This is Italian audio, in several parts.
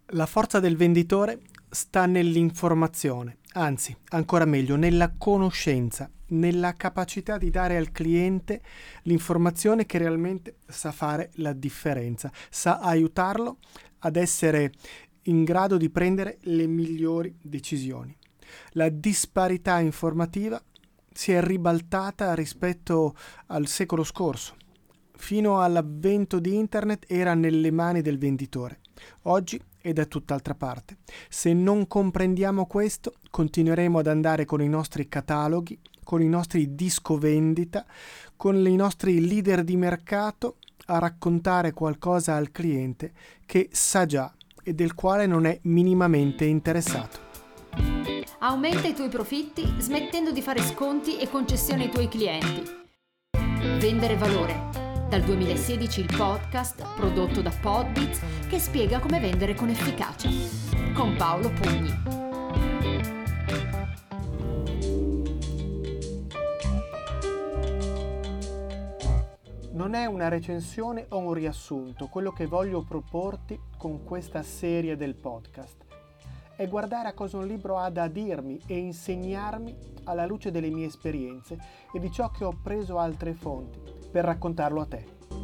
La forza del venditore sta nell'informazione, anzi, ancora meglio, nella conoscenza, nella capacità di dare al cliente l'informazione che realmente sa fare la differenza, sa aiutarlo ad essere in grado di prendere le migliori decisioni. La disparità informativa si è ribaltata rispetto al secolo scorso. Fino all'avvento di Internet era nelle mani del venditore. Oggi è da tutt'altra parte. Se non comprendiamo questo, continueremo ad andare con i nostri cataloghi, con i nostri disco vendita, con i nostri leader di mercato a raccontare qualcosa al cliente che sa già e del quale non è minimamente interessato. Aumenta i tuoi profitti smettendo di fare sconti e concessioni ai tuoi clienti. Vendere valore. Dal 2016 il podcast prodotto da Podbiz che spiega come vendere con efficacia. Con Paolo Pugni. Non è una recensione o un riassunto quello che voglio proporti con questa serie del podcast. È guardare a cosa un libro ha da dirmi e insegnarmi alla luce delle mie esperienze e di ciò che ho preso altre fonti per raccontarlo a te.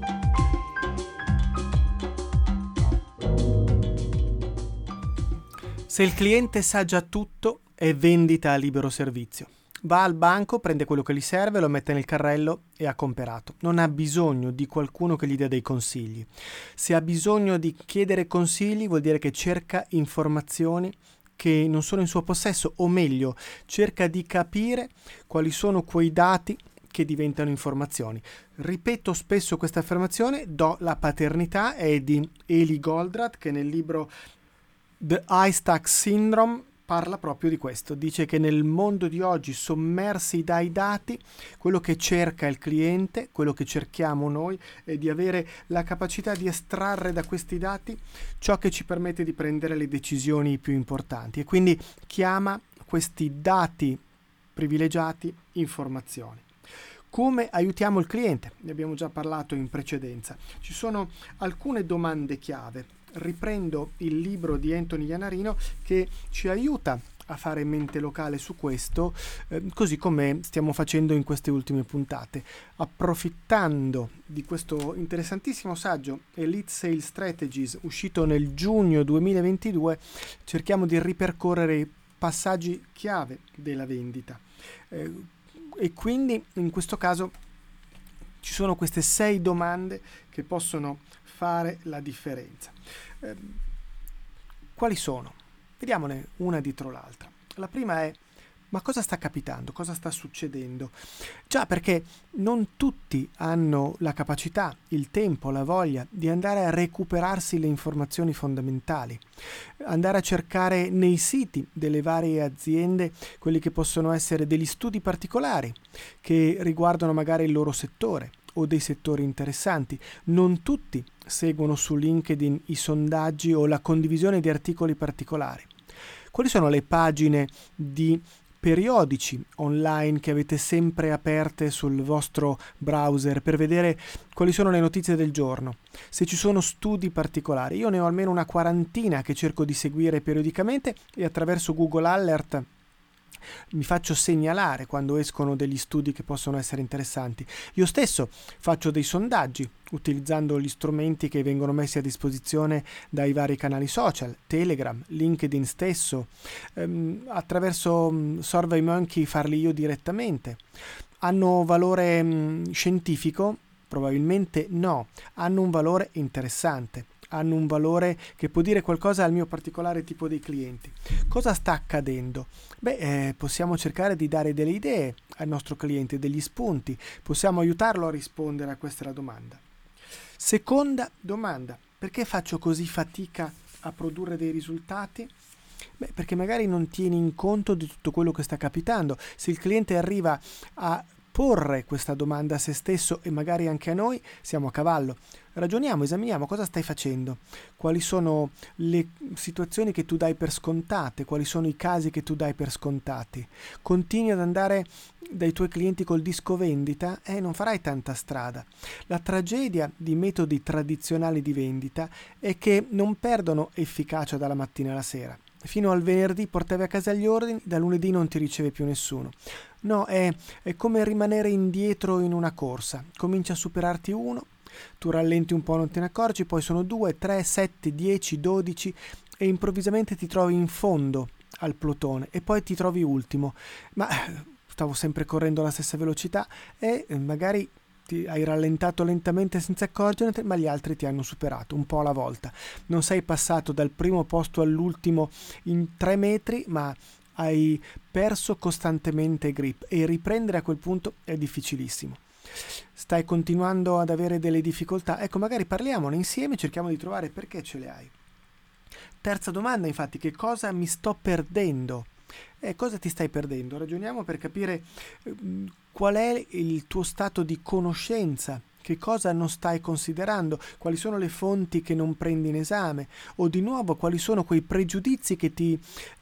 Se il cliente sa già tutto, è vendita a libero servizio. Va al banco, prende quello che gli serve, lo mette nel carrello e ha comperato. Non ha bisogno di qualcuno che gli dia dei consigli. Se ha bisogno di chiedere consigli, vuol dire che cerca informazioni che non sono in suo possesso, o meglio, cerca di capire quali sono quei dati che diventano informazioni. Ripeto spesso questa affermazione, do la paternità, è di Eli Goldratt, che nel libro The Haystack Syndrome parla proprio di questo. Dice che nel mondo di oggi, sommersi dai dati, quello che cerca il cliente, quello che cerchiamo noi, è di avere la capacità di estrarre da questi dati ciò che ci permette di prendere le decisioni più importanti, e quindi chiama questi dati privilegiati informazioni. Come aiutiamo il cliente? Ne abbiamo già parlato in precedenza. Ci sono alcune domande chiave. Riprendo il libro di Anthony Iannarino che ci aiuta a fare mente locale su questo, così come stiamo facendo in queste ultime puntate. Approfittando di questo interessantissimo saggio Elite Sales Strategies, uscito nel giugno 2022, cerchiamo di ripercorrere i passaggi chiave della vendita. E quindi in questo caso ci sono queste 6 domande che possono fare la differenza. Quali sono? Vediamone una dietro l'altra. La prima è: ma cosa sta capitando? Cosa sta succedendo? Già, perché non tutti hanno la capacità, il tempo, la voglia di andare a recuperarsi le informazioni fondamentali, andare a cercare nei siti delle varie aziende quelli che possono essere degli studi particolari che riguardano magari il loro settore o dei settori interessanti. Non tutti seguono su LinkedIn i sondaggi o la condivisione di articoli particolari. Quali sono le pagine di periodici online che avete sempre aperte sul vostro browser per vedere quali sono le notizie del giorno? Se ci sono studi particolari, io ne ho almeno una quarantina che cerco di seguire periodicamente e attraverso Google Alert mi faccio segnalare quando escono degli studi che possono essere interessanti. Io stesso faccio dei sondaggi utilizzando gli strumenti che vengono messi a disposizione dai vari canali social, Telegram, LinkedIn stesso, attraverso SurveyMonkey farli io direttamente. Hanno valore scientifico? Probabilmente no, hanno un valore interessante. Hanno un valore che può dire qualcosa al mio particolare tipo di clienti. Cosa sta accadendo? Possiamo cercare di dare delle idee al nostro cliente, degli spunti, possiamo aiutarlo a rispondere a questa domanda. Seconda domanda: perché faccio così fatica a produrre dei risultati? Perché magari non tieni in conto di tutto quello che sta capitando. Se il cliente arriva a porre questa domanda a se stesso e magari anche a noi, siamo a cavallo. Ragioniamo, esaminiamo cosa stai facendo, quali sono le situazioni che tu dai per scontate, quali sono i casi che tu dai per scontati. Continui ad andare dai tuoi clienti col disco vendita e non farai tanta strada. La tragedia di metodi tradizionali di vendita è che non perdono efficacia dalla mattina alla sera. Fino al venerdì portavi a casa gli ordini, da lunedì non ti riceve più nessuno. No, è come rimanere indietro in una corsa. Comincia a superarti uno, tu rallenti un po', non te ne accorgi, poi sono 2, 3, 7, 10, 12 e improvvisamente ti trovi in fondo al plotone e poi ti trovi ultimo. Ma stavo sempre correndo alla stessa velocità e magari ti hai rallentato lentamente senza accorgerti, ma gli altri ti hanno superato un po' alla volta. Non sei passato dal primo posto all'ultimo in 3 metri, ma hai perso costantemente grip e riprendere a quel punto è difficilissimo. Stai continuando ad avere delle difficoltà? Ecco, magari parliamone insieme, cerchiamo di trovare perché ce le hai. Terza domanda, infatti, che cosa mi sto perdendo? Cosa ti stai perdendo? Ragioniamo per capire qual è il tuo stato di conoscenza, che cosa non stai considerando, quali sono le fonti che non prendi in esame o di nuovo quali sono quei pregiudizi che ti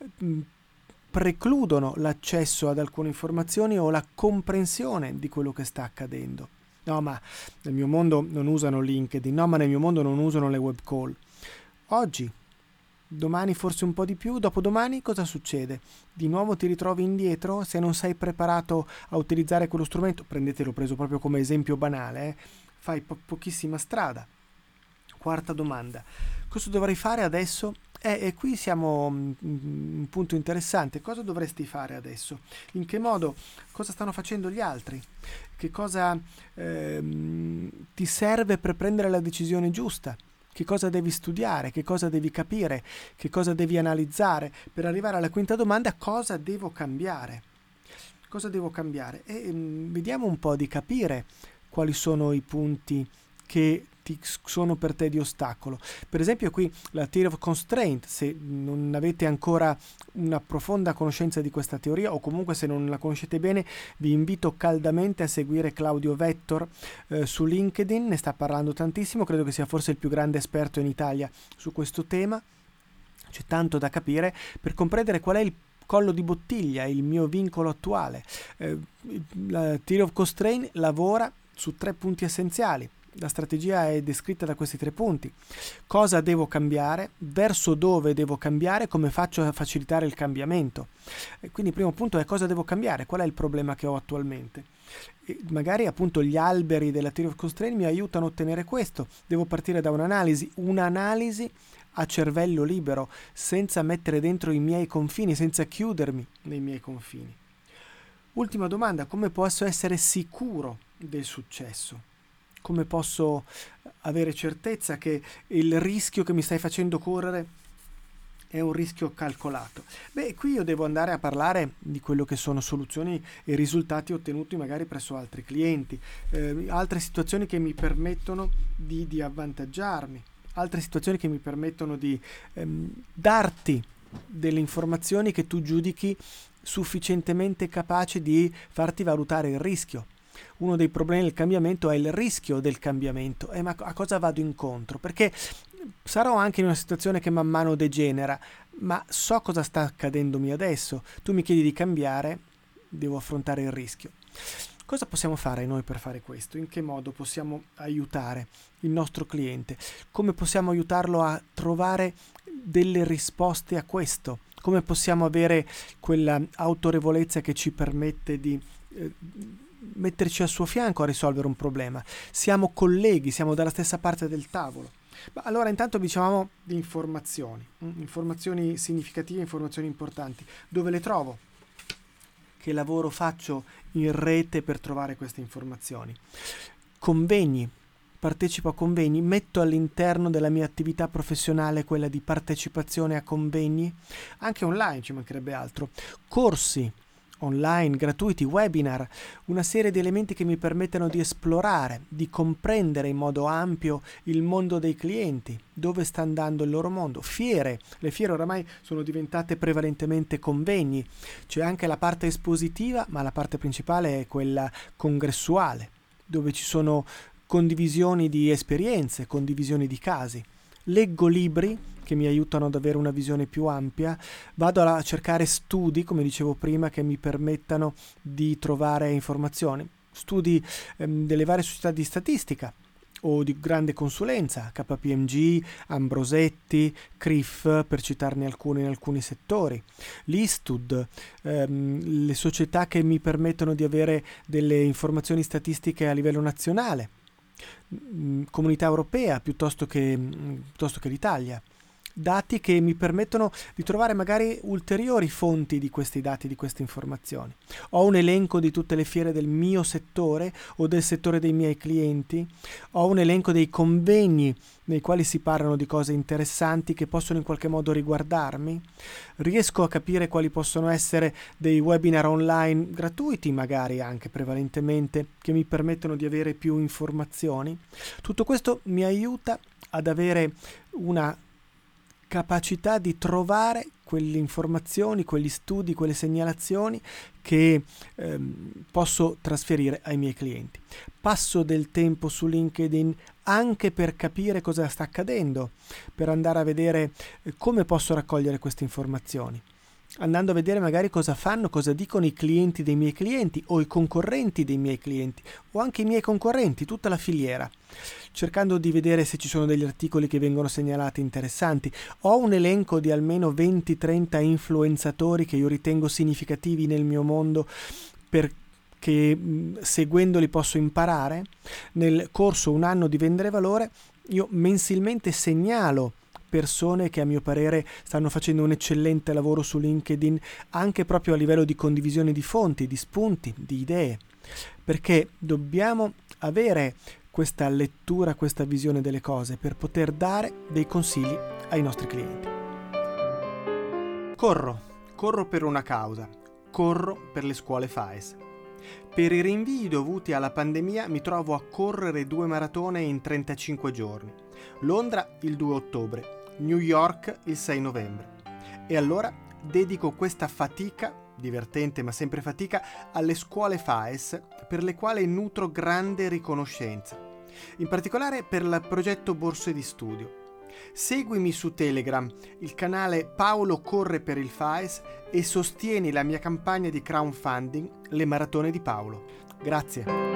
precludono l'accesso ad alcune informazioni o la comprensione di quello che sta accadendo. No, ma nel mio mondo non usano LinkedIn, no, ma nel mio mondo non usano le web call. Oggi, domani forse un po' di più, dopodomani cosa succede? Di nuovo ti ritrovi indietro se non sei preparato a utilizzare quello strumento. Prendetelo, preso proprio come esempio banale, fai pochissima strada. Quarta domanda, cosa dovrei fare adesso? E qui siamo un punto interessante. Cosa dovresti fare adesso? In che modo? Cosa stanno facendo gli altri? Che cosa ti serve per prendere la decisione giusta? Che cosa devi studiare? Che cosa devi capire? Che cosa devi analizzare? Per arrivare alla quinta domanda, cosa devo cambiare? Cosa devo cambiare? E vediamo un po' di capire quali sono i punti che sono per te di ostacolo. Per esempio qui la Theory of Constraint, se non avete ancora una profonda conoscenza di questa teoria o comunque se non la conoscete bene, vi invito caldamente a seguire Claudio Vettor su LinkedIn, ne sta parlando tantissimo, credo che sia forse il più grande esperto in Italia su questo tema. C'è tanto da capire per comprendere qual è il collo di bottiglia, il mio vincolo attuale. La Theory of Constraint lavora su 3 punti essenziali. La strategia è descritta da questi 3 punti. Cosa devo cambiare? Verso dove devo cambiare? Come faccio a facilitare il cambiamento? E quindi il primo punto è cosa devo cambiare? Qual è il problema che ho attualmente? E magari appunto gli alberi della Theory of Constraint mi aiutano a ottenere questo. Devo partire da un'analisi a cervello libero, senza mettere dentro i miei confini, senza chiudermi nei miei confini. Ultima domanda, come posso essere sicuro del successo? Come posso avere certezza che il rischio che mi stai facendo correre è un rischio calcolato? Beh, qui io devo andare a parlare di quello che sono soluzioni e risultati ottenuti magari presso altri clienti, altre situazioni che mi permettono di avvantaggiarmi, altre situazioni che mi permettono di darti delle informazioni che tu giudichi sufficientemente capaci di farti valutare il rischio. Uno dei problemi del cambiamento è il rischio del cambiamento. Ma a cosa vado incontro? Perché sarò anche in una situazione che man mano degenera, ma so cosa sta accadendomi adesso. Tu mi chiedi di cambiare, devo affrontare il rischio. Cosa possiamo fare noi per fare questo? In che modo possiamo aiutare il nostro cliente? Come possiamo aiutarlo a trovare delle risposte a questo? Come possiamo avere quella autorevolezza che ci permette di metterci al suo fianco a risolvere un problema? Siamo colleghi, siamo dalla stessa parte del tavolo. Ma allora intanto dicevamo di informazioni significative, informazioni importanti. Dove le trovo? Che lavoro faccio in rete per trovare queste informazioni? Convegni, partecipo a convegni, metto all'interno della mia attività professionale quella di partecipazione a convegni, anche online, ci mancherebbe altro. Corsi online, gratuiti, webinar, una serie di elementi che mi permettono di esplorare, di comprendere in modo ampio il mondo dei clienti, dove sta andando il loro mondo. Fiere, le fiere oramai sono diventate prevalentemente convegni, c'è anche la parte espositiva, ma la parte principale è quella congressuale, dove ci sono condivisioni di esperienze, condivisioni di casi. Leggo libri che mi aiutano ad avere una visione più ampia, vado a cercare studi, come dicevo prima, che mi permettano di trovare informazioni, studi delle varie società di statistica o di grande consulenza, KPMG, Ambrosetti, CRIF, per citarne alcune in alcuni settori, l'Istud, le società che mi permettono di avere delle informazioni statistiche a livello nazionale, Comunità Europea piuttosto che l'Italia. Dati che mi permettono di trovare magari ulteriori fonti di questi dati, di queste informazioni. Ho un elenco di tutte le fiere del mio settore o del settore dei miei clienti, ho un elenco dei convegni nei quali si parlano di cose interessanti che possono in qualche modo riguardarmi, riesco a capire quali possono essere dei webinar online gratuiti, magari anche prevalentemente, che mi permettono di avere più informazioni. Tutto questo mi aiuta ad avere una capacità di trovare quelle informazioni, quegli studi, quelle segnalazioni che posso trasferire ai miei clienti. Passo del tempo su LinkedIn anche per capire cosa sta accadendo, per andare a vedere come posso raccogliere queste informazioni, andando a vedere magari cosa fanno, cosa dicono i clienti dei miei clienti o i concorrenti dei miei clienti o anche i miei concorrenti, tutta la filiera, cercando di vedere se ci sono degli articoli che vengono segnalati interessanti. Ho un elenco di almeno 20-30 influenzatori che io ritengo significativi nel mio mondo, perché seguendoli posso imparare. Nel corso un anno di Vendere Valore io mensilmente segnalo persone che a mio parere stanno facendo un eccellente lavoro su LinkedIn, anche proprio a livello di condivisione di fonti, di spunti, di idee, perché dobbiamo avere questa lettura, questa visione delle cose per poter dare dei consigli ai nostri clienti. Corro per una causa, corro per le scuole FAES. Per i rinvii dovuti alla pandemia mi trovo a correre 2 maratone in 35 giorni. Londra il 2 ottobre, New York il 6 novembre. E allora dedico questa fatica, divertente ma sempre fatica, alle scuole FAES, per le quali nutro grande riconoscenza, in particolare per il progetto Borse di Studio. Seguimi su Telegram, il canale Paolo Corre per il FAES, e sostieni la mia campagna di crowdfunding Le Maratone di Paolo. Grazie.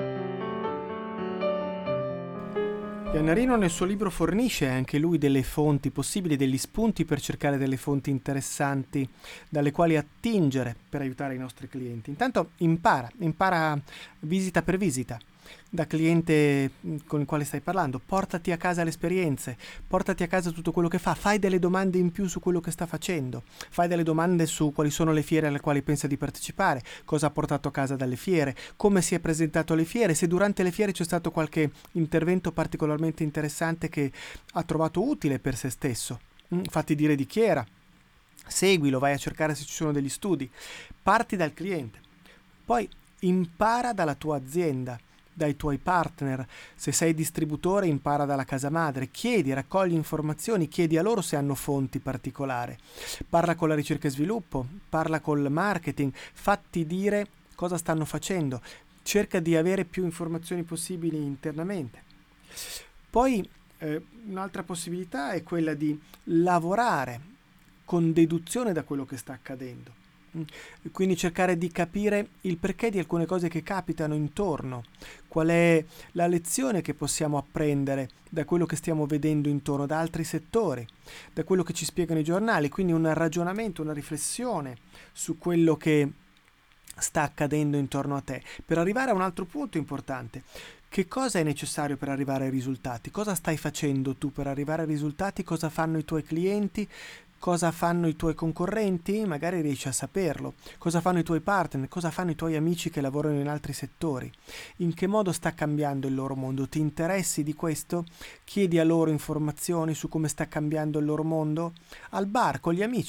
Iannarino nel suo libro fornisce anche lui delle fonti possibili, degli spunti per cercare delle fonti interessanti dalle quali attingere per aiutare i nostri clienti. Intanto impara visita per visita da cliente con il quale stai parlando, portati a casa le esperienze, portati a casa tutto quello che fa, fai delle domande in più su quello che sta facendo, fai delle domande su quali sono le fiere alle quali pensa di partecipare, cosa ha portato a casa dalle fiere, come si è presentato alle fiere, se durante le fiere c'è stato qualche intervento particolarmente interessante che ha trovato utile per se stesso, fatti dire di chi era, seguilo, vai a cercare se ci sono degli studi, parti dal cliente, poi impara dalla tua azienda, dai tuoi partner. Se sei distributore, impara dalla casa madre, chiedi, raccogli informazioni, chiedi a loro se hanno fonti particolari, parla con la ricerca e sviluppo, parla col marketing, fatti dire cosa stanno facendo, cerca di avere più informazioni possibili internamente. Poi un'altra possibilità è quella di lavorare con deduzione da quello che sta accadendo. Quindi cercare di capire il perché di alcune cose che capitano intorno, qual è la lezione che possiamo apprendere da quello che stiamo vedendo intorno, da altri settori, da quello che ci spiegano i giornali, quindi un ragionamento, una riflessione su quello che sta accadendo intorno a te, per arrivare a un altro punto importante. Che cosa è necessario per arrivare ai risultati? Cosa stai facendo tu per arrivare ai risultati? Cosa fanno i tuoi clienti? Cosa fanno i tuoi concorrenti? Magari riesci a saperlo. Cosa fanno i tuoi partner? Cosa fanno i tuoi amici che lavorano in altri settori? In che modo sta cambiando il loro mondo? Ti interessi di questo? Chiedi a loro informazioni su come sta cambiando il loro mondo? Al bar con gli amici.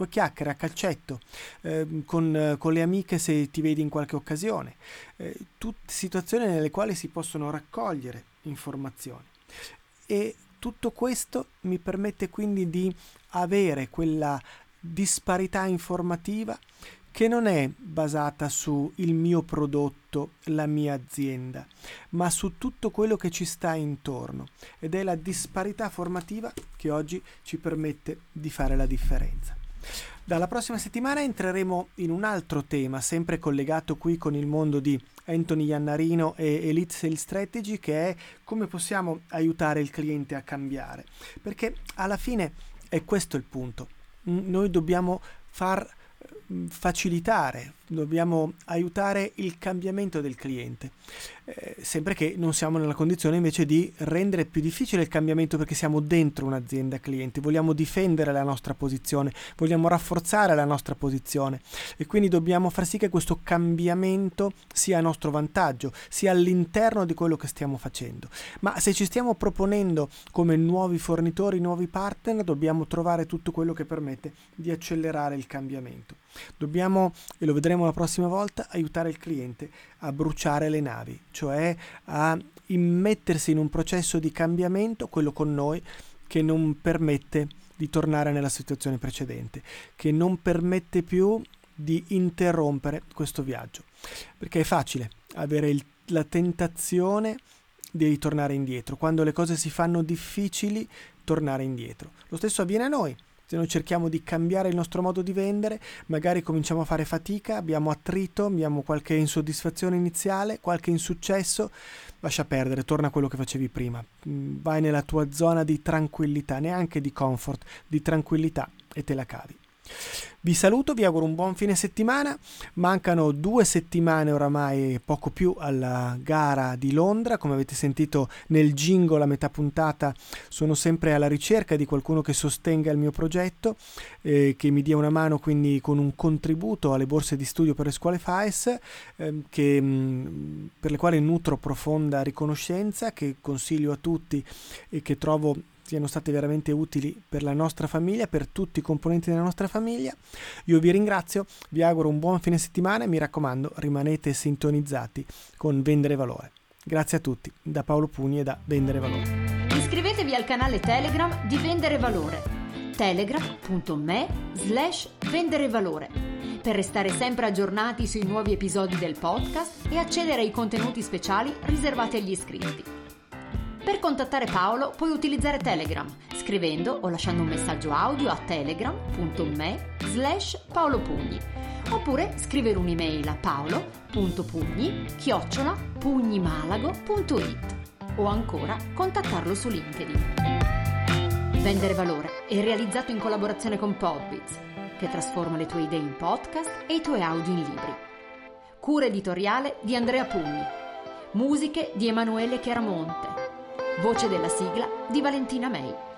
due chiacchiere a calcetto, con le amiche se ti vedi in qualche occasione, tutte situazioni nelle quali si possono raccogliere informazioni. E tutto questo mi permette quindi di avere quella disparità informativa che non è basata su il mio prodotto, la mia azienda, ma su tutto quello che ci sta intorno, ed è la disparità formativa che oggi ci permette di fare la differenza. Dalla prossima settimana entreremo in un altro tema, sempre collegato qui con il mondo di Anthony Iannarino e Elite Sales Strategy, che è come possiamo aiutare il cliente a cambiare, perché alla fine è questo il punto. Noi dobbiamo facilitare, dobbiamo aiutare il cambiamento del cliente, sempre che non siamo nella condizione invece di rendere più difficile il cambiamento, perché siamo dentro un'azienda cliente, vogliamo difendere la nostra posizione, vogliamo rafforzare la nostra posizione, e quindi dobbiamo far sì che questo cambiamento sia a nostro vantaggio, sia all'interno di quello che stiamo facendo. Ma se ci stiamo proponendo come nuovi fornitori, nuovi partner, dobbiamo trovare tutto quello che permette di accelerare il cambiamento. Dobbiamo, e lo vedremo la prossima volta, aiutare il cliente a bruciare le navi, cioè a immettersi in un processo di cambiamento, quello con noi, che non permette di tornare nella situazione precedente, che non permette più di interrompere questo viaggio, perché è facile avere la tentazione di ritornare indietro, quando le cose si fanno difficili, tornare indietro. Lo stesso avviene a noi. Se noi cerchiamo di cambiare il nostro modo di vendere, magari cominciamo a fare fatica, abbiamo attrito, abbiamo qualche insoddisfazione iniziale, qualche insuccesso, lascia perdere, torna a quello che facevi prima, vai nella tua zona di tranquillità, neanche di comfort, di tranquillità, e te la cavi. Vi saluto, vi auguro un buon fine settimana. Mancano 2 settimane oramai, poco più, alla gara di Londra. Come avete sentito nel jingle a metà puntata, sono sempre alla ricerca di qualcuno che sostenga il mio progetto, che mi dia una mano quindi con un contributo alle borse di studio per le scuole FAES, per le quali nutro profonda riconoscenza, che consiglio a tutti e che trovo siano state veramente utili per la nostra famiglia, per tutti i componenti della nostra famiglia. Io vi ringrazio, vi auguro un buon fine settimana e mi raccomando, rimanete sintonizzati con Vendere Valore. Grazie a tutti, da Paolo Pugni e da Vendere Valore. Iscrivetevi al canale Telegram di Vendere Valore, telegram.me/Vendere Valore, per restare sempre aggiornati sui nuovi episodi del podcast e accedere ai contenuti speciali riservati agli iscritti. Per contattare Paolo puoi utilizzare Telegram, scrivendo o lasciando un messaggio audio a telegram.me/paolopugni, oppure scrivere un'email a paolo.pugni@pugnimalago.it, o ancora contattarlo su LinkedIn. Vendere Valore è realizzato in collaborazione con Podbiz, che trasforma le tue idee in podcast e i tuoi audio in libri. Cura editoriale di Andrea Pugni, musiche di Emanuele Chiaramonte, voce della sigla di Valentina May.